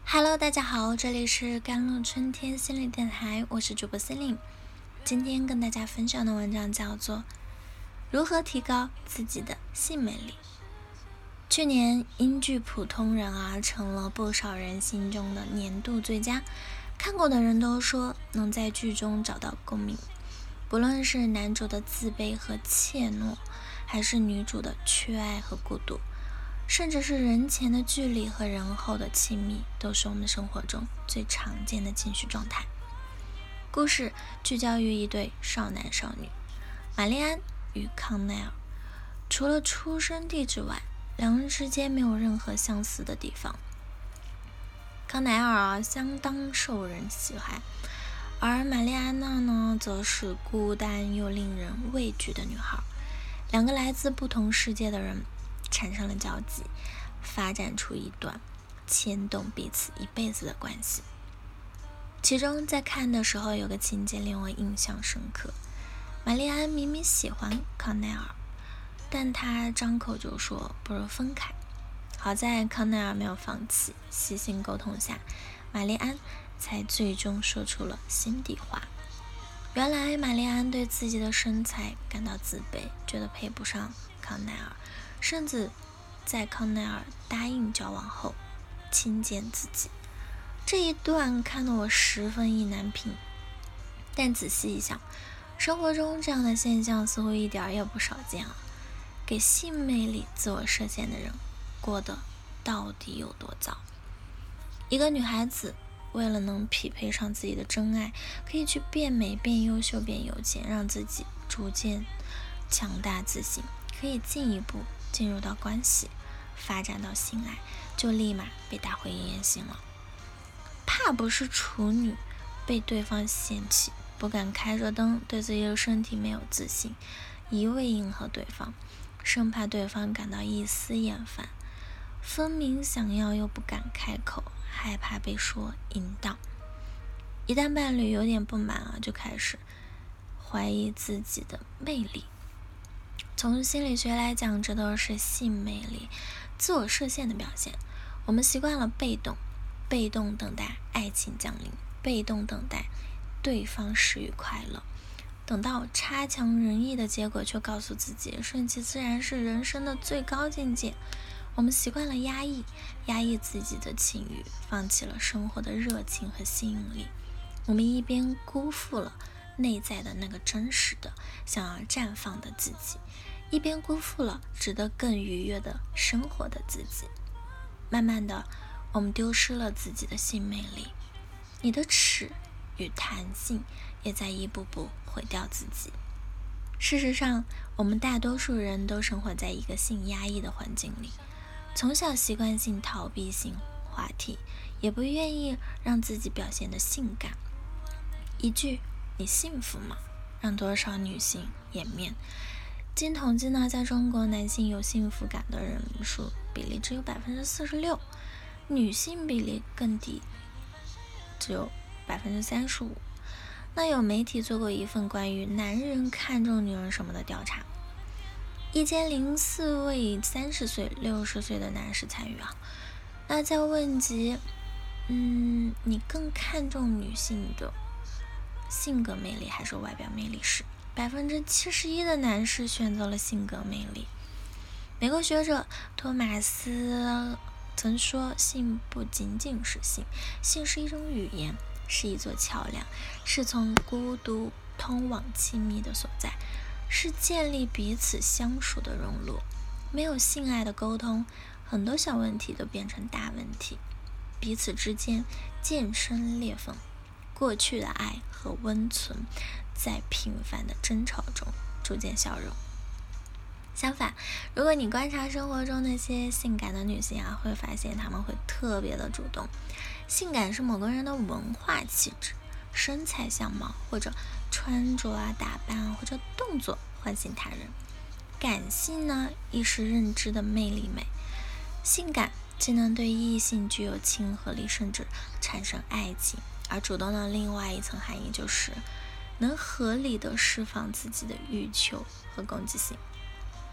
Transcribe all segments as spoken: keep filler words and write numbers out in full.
Hello，大家好，这里是甘露春天心理电台，我是主播心灵。今天跟大家分享的文章叫做如何提高自己的性魅力。去年英剧《普通人》啊，成了不少人心中的年度最佳，看过的人都说能在剧中找到共鸣。不论是男主的自卑和怯懦，还是女主的缺爱和孤独，甚至是人前的距离和人后的亲密，都是我们生活中最常见的情绪状态。故事聚焦于一对少男少女，玛丽安与康奈尔。除了出生地之外，两人之间没有任何相似的地方。康奈尔啊，相当受人喜爱，而玛丽安娜呢，则是孤单又令人畏惧的女孩。两个来自不同世界的人产生了交集，发展出一段牵动彼此一辈子的关系。其中在看的时候有个情节令我印象深刻，玛丽安明明喜欢康奈尔，但她张口就说不如分开。好在康奈尔没有放弃，细心沟通下，玛丽安才最终说出了心底话。原来玛丽安对自己的身材感到自卑，觉得配不上康奈尔，甚至在康奈尔答应交往后轻贱自己。这一段看得我十分意难平，但仔细一想，生活中这样的现象似乎一点也不少见啊。给性魅力自我设限的人过得到底有多糟？一个女孩子为了能匹配上自己的真爱，可以去变美、变优秀、变有钱，让自己逐渐强大自信，可以进一步进入到关系，发展到性爱，就立马被打回原形了。怕不是处女被对方嫌弃，不敢开着灯，对自己的身体没有自信，一味迎合对方，生怕对方感到一丝厌烦，分明想要又不敢开口，害怕被说淫荡。一旦伴侣有点不满啊，就开始怀疑自己的魅力。从心理学来讲，这都是性魅力自我设限的表现。我们习惯了被动，被动等待爱情降临，被动等待对方施予快乐，等到差强人意的结果，却告诉自己顺其自然是人生的最高境界。我们习惯了压抑，压抑自己的情欲，放弃了生活的热情和吸引力。我们一边辜负了内在的那个真实的想要绽放的自己，一边辜负了值得更愉悦的生活的自己。慢慢的，我们丢失了自己的性魅力，你的尺与弹性也在一步步毁掉自己。事实上，我们大多数人都生活在一个性压抑的环境里，从小习惯性逃避性话题，也不愿意让自己表现得性感。一句你幸福吗，让多少女性掩面。经统计呢，在中国男性有幸福感的人数比例只有 百分之四十六， 女性比例更低，只有 百分之三十五。 那有媒体做过一份关于男人看重女人什么的调查，一千零四位三十岁、六十岁的男士参与啊。那在问及，嗯，你更看重女性的性格魅力还是外表魅力时，百分之七十一的男士选择了性格魅力。美国学者托马斯曾说，性不仅仅是性，性是一种语言，是一座桥梁，是从孤独通往亲密的所在，是建立彼此相处的熔炉。没有性爱的沟通，很多小问题都变成大问题，彼此之间渐生裂缝，过去的爱和温存在频繁的争吵中逐渐消融。相反，如果你观察生活中那些性感的女性啊，会发现她们会特别的主动。性感是某个人的文化气质，身材相貌或者穿着啊、打扮啊或者动作唤醒他人。感性呢，亦是认知的魅力美。性感既能对异性具有亲和力，甚至产生爱情，而主动的另外一层含义就是能合理的释放自己的欲求和攻击性。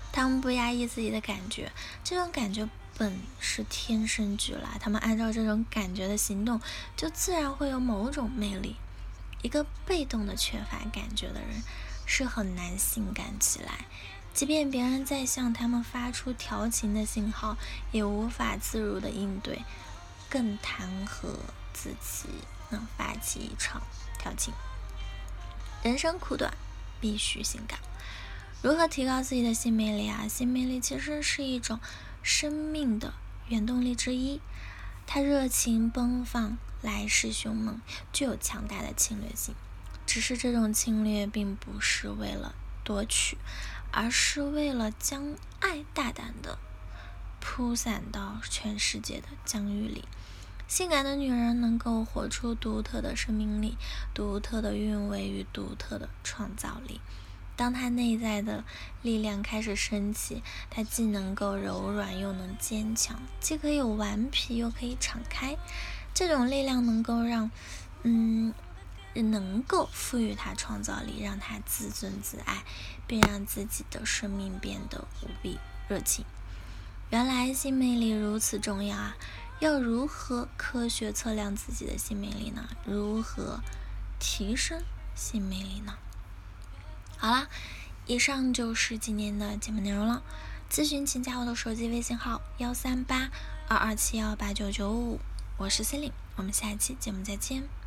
他们不压抑自己的感觉，这种感觉本是天生俱来，他们按照这种感觉的行动，就自然会有某种魅力。一个被动的缺乏感觉的人是很难性感起来，即便别人在向他们发出调情的信号，也无法自如的应对，更谈何自己能发起一场调情。人生苦短，必须性感。如何提高自己的性魅力啊？性魅力其实是一种生命的原动力之一，它热情奔放，来势凶猛，具有强大的侵略性。只是这种侵略并不是为了夺取，而是为了将爱大胆地铺散到全世界的疆域里。性感的女人能够活出独特的生命力、独特的韵味与独特的创造力。当她内在的力量开始升起，她既能够柔软又能坚强，既可以顽皮又可以敞开。这种力量能够让嗯能够赋予她创造力，让她自尊自爱，并让自己的生命变得无比热情。原来性魅力如此重要啊！要如何科学测量自己的性魅力呢？如何提升性魅力呢？好啦，以上就是今天的节目内容了。咨询请加我的手机微信号幺三八二二七幺八九九五，我是 Celine，我们下期节目再见。